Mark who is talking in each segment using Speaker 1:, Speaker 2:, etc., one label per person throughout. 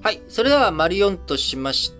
Speaker 1: はい。それでは、丸4としまして、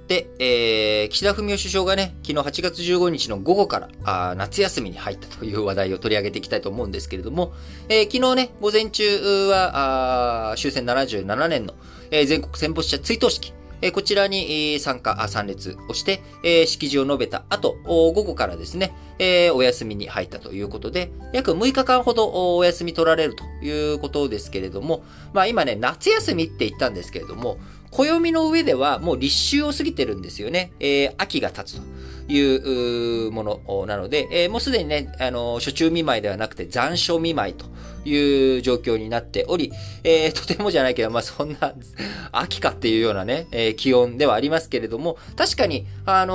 Speaker 1: 岸田文雄首相がね、昨日8月15日の午後から夏休みに入ったという話題を取り上げていきたいと思うんですけれども、昨日ね、午前中は、終戦77年の、全国戦没者追悼式、こちらに参列をして、式辞を述べた後、午後からですね、お休みに入ったということで、約6日間ほどお休み取られるということですけれども、まあ今ね、夏休みって言ったんですけれども、暦の上ではもう立秋を過ぎてるんですよね。秋が経つというものなので、もうすでにね、暑中見舞いではなくて残暑見舞いという状況になっており、とてもじゃないけど、まあそんな秋かっていうようなね、気温ではありますけれども、確かに、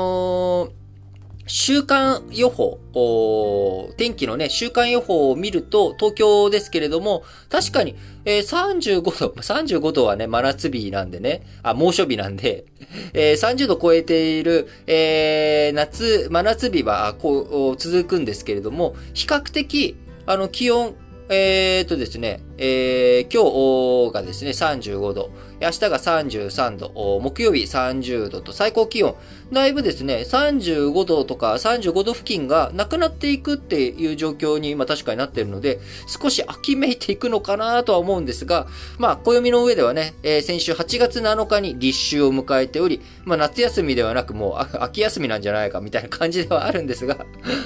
Speaker 1: 週間予報、天気のね、週間予報を見ると、東京ですけれども、確かに、35度はね、真夏日なんでね、猛暑日なんで、30度超えている、真夏日は、続くんですけれども、比較的、気温、ですね、今日がですね、35度、明日が33度、木曜日30度と最高気温、だいぶですね、35度とか35度付近がなくなっていくっていう状況に今確かになっているので、少し秋めいていくのかなとは思うんですが、まあ、暦の上ではね、先週8月7日に立秋を迎えており、まあ、夏休みではなくもう秋休みなんじゃないかみたいな感じではあるんですが、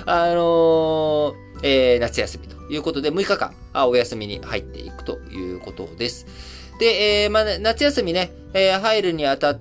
Speaker 1: 夏休みということで6日間お休みに入っていくということです。で、まあ、夏休みね、入るにあたって、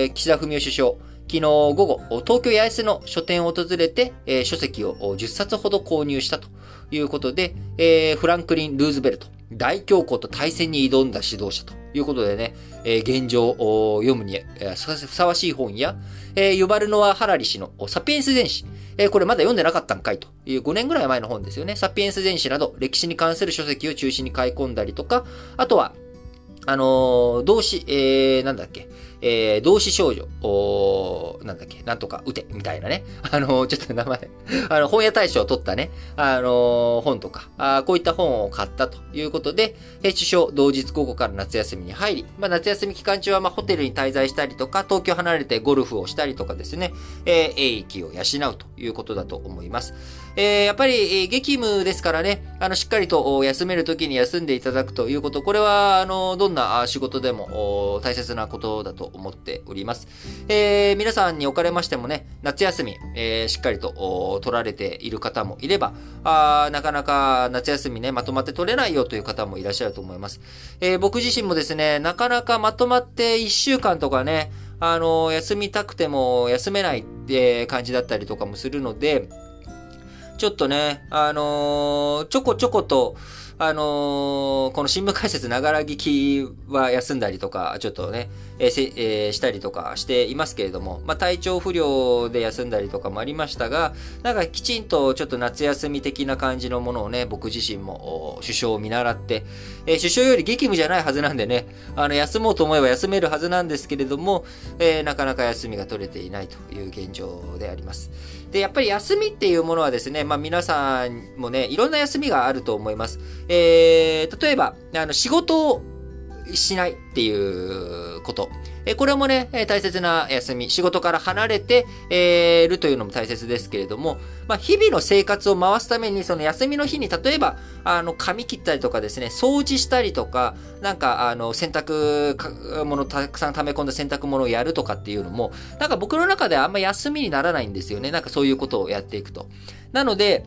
Speaker 1: 岸田文雄首相、昨日午後、東京八重洲の書店を訪れて、書籍を10冊ほど購入したということで、フランクリン・ルーズベルト、大恐慌と大戦に挑んだ指導者ということでね、現状を読むにふさわしい本や、ユバルノア・ハラリ氏のサピエンス全史、これまだ読んでなかったんかいという5年ぐらい前の本ですよね。サピエンス全史など歴史に関する書籍を中心に買い込んだりとか、あとは、動詞、なんだっけ、動詞少女、なんだっけ、なんとか打て、みたいなね。ちょっと名前、本屋大賞を取ったね、本とか、こういった本を買ったということで、首相同日午後から夏休みに入り、まあ、夏休み期間中はまあホテルに滞在したりとか、東京離れてゴルフをしたりとかですね、英気を養うということだと思います。やっぱり、激務ですからね、しっかりと休めるときに休んでいただくということ、これは、どんな仕事でも大切なことだと思っております。皆さんにおかれましてもね、夏休み、しっかりと取られている方もいれば、なかなか夏休みね、まとまって取れないよという方もいらっしゃると思います。僕自身もですね、なかなかまとまって1週間とかね、休みたくても休めないって感じだったりとかもするので、ちょっとね、ちょこちょこと、この新聞解説ながら聞きは休んだりとか、ちょっとね、したりとかしていますけれども、まあ、体調不良で休んだりとかもありましたが、なんかきちんとちょっと夏休み的な感じのものをね、僕自身も首相を見習って、首相より激務じゃないはずなんでね、休もうと思えば休めるはずなんですけれども、なかなか休みが取れていないという現状であります。で、やっぱり休みっていうものはですね、まあ皆さんもね、いろんな休みがあると思います。例えば、仕事をしないっていうこと。これもね、大切な休み。仕事から離れて、るというのも大切ですけれども、まあ、日々の生活を回すために、その休みの日に、例えば、髪切ったりとかですね、掃除したりとか、なんか、洗濯物たくさん溜め込んだ洗濯物をやるとかっていうのも、なんか僕の中ではあんま休みにならないんですよね。なんかそういうことをやっていくと。なので、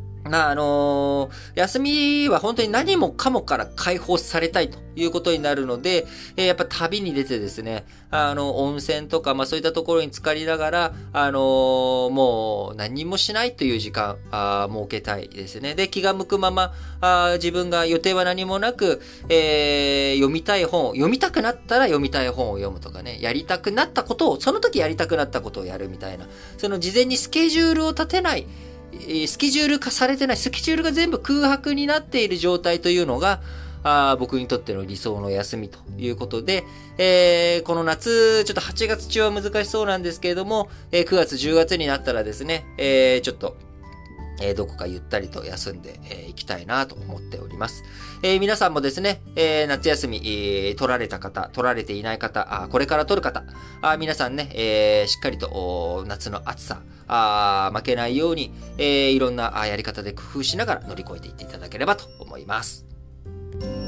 Speaker 1: 休みは本当に何もかもから解放されたいということになるので、やっぱ旅に出てですね、温泉とか、まあそういったところに浸かりながら、もう何もしないという時間、設けたいですね。で、気が向くまま、自分が予定は何もなく、読みたい本を、読みたくなったら読みたい本を読むとかね、やりたくなったことを、その時やりたくなったことをやるみたいな、その事前にスケジュールを立てない、スケジュール化されてない、スケジュールが全部空白になっている状態というのが、僕にとっての理想の休みということで、この夏、ちょっと8月中は難しそうなんですけれども、9月、10月になったらですね、ちょっと、 どこかゆったりと休んでいきたいなと思っております。皆さんもですね、夏休み、取られた方、取られていない方、これから取る方、皆さんね、しっかりと夏の暑さ、負けないように、いろんなやり方で工夫しながら乗り越えていっていただければと思います。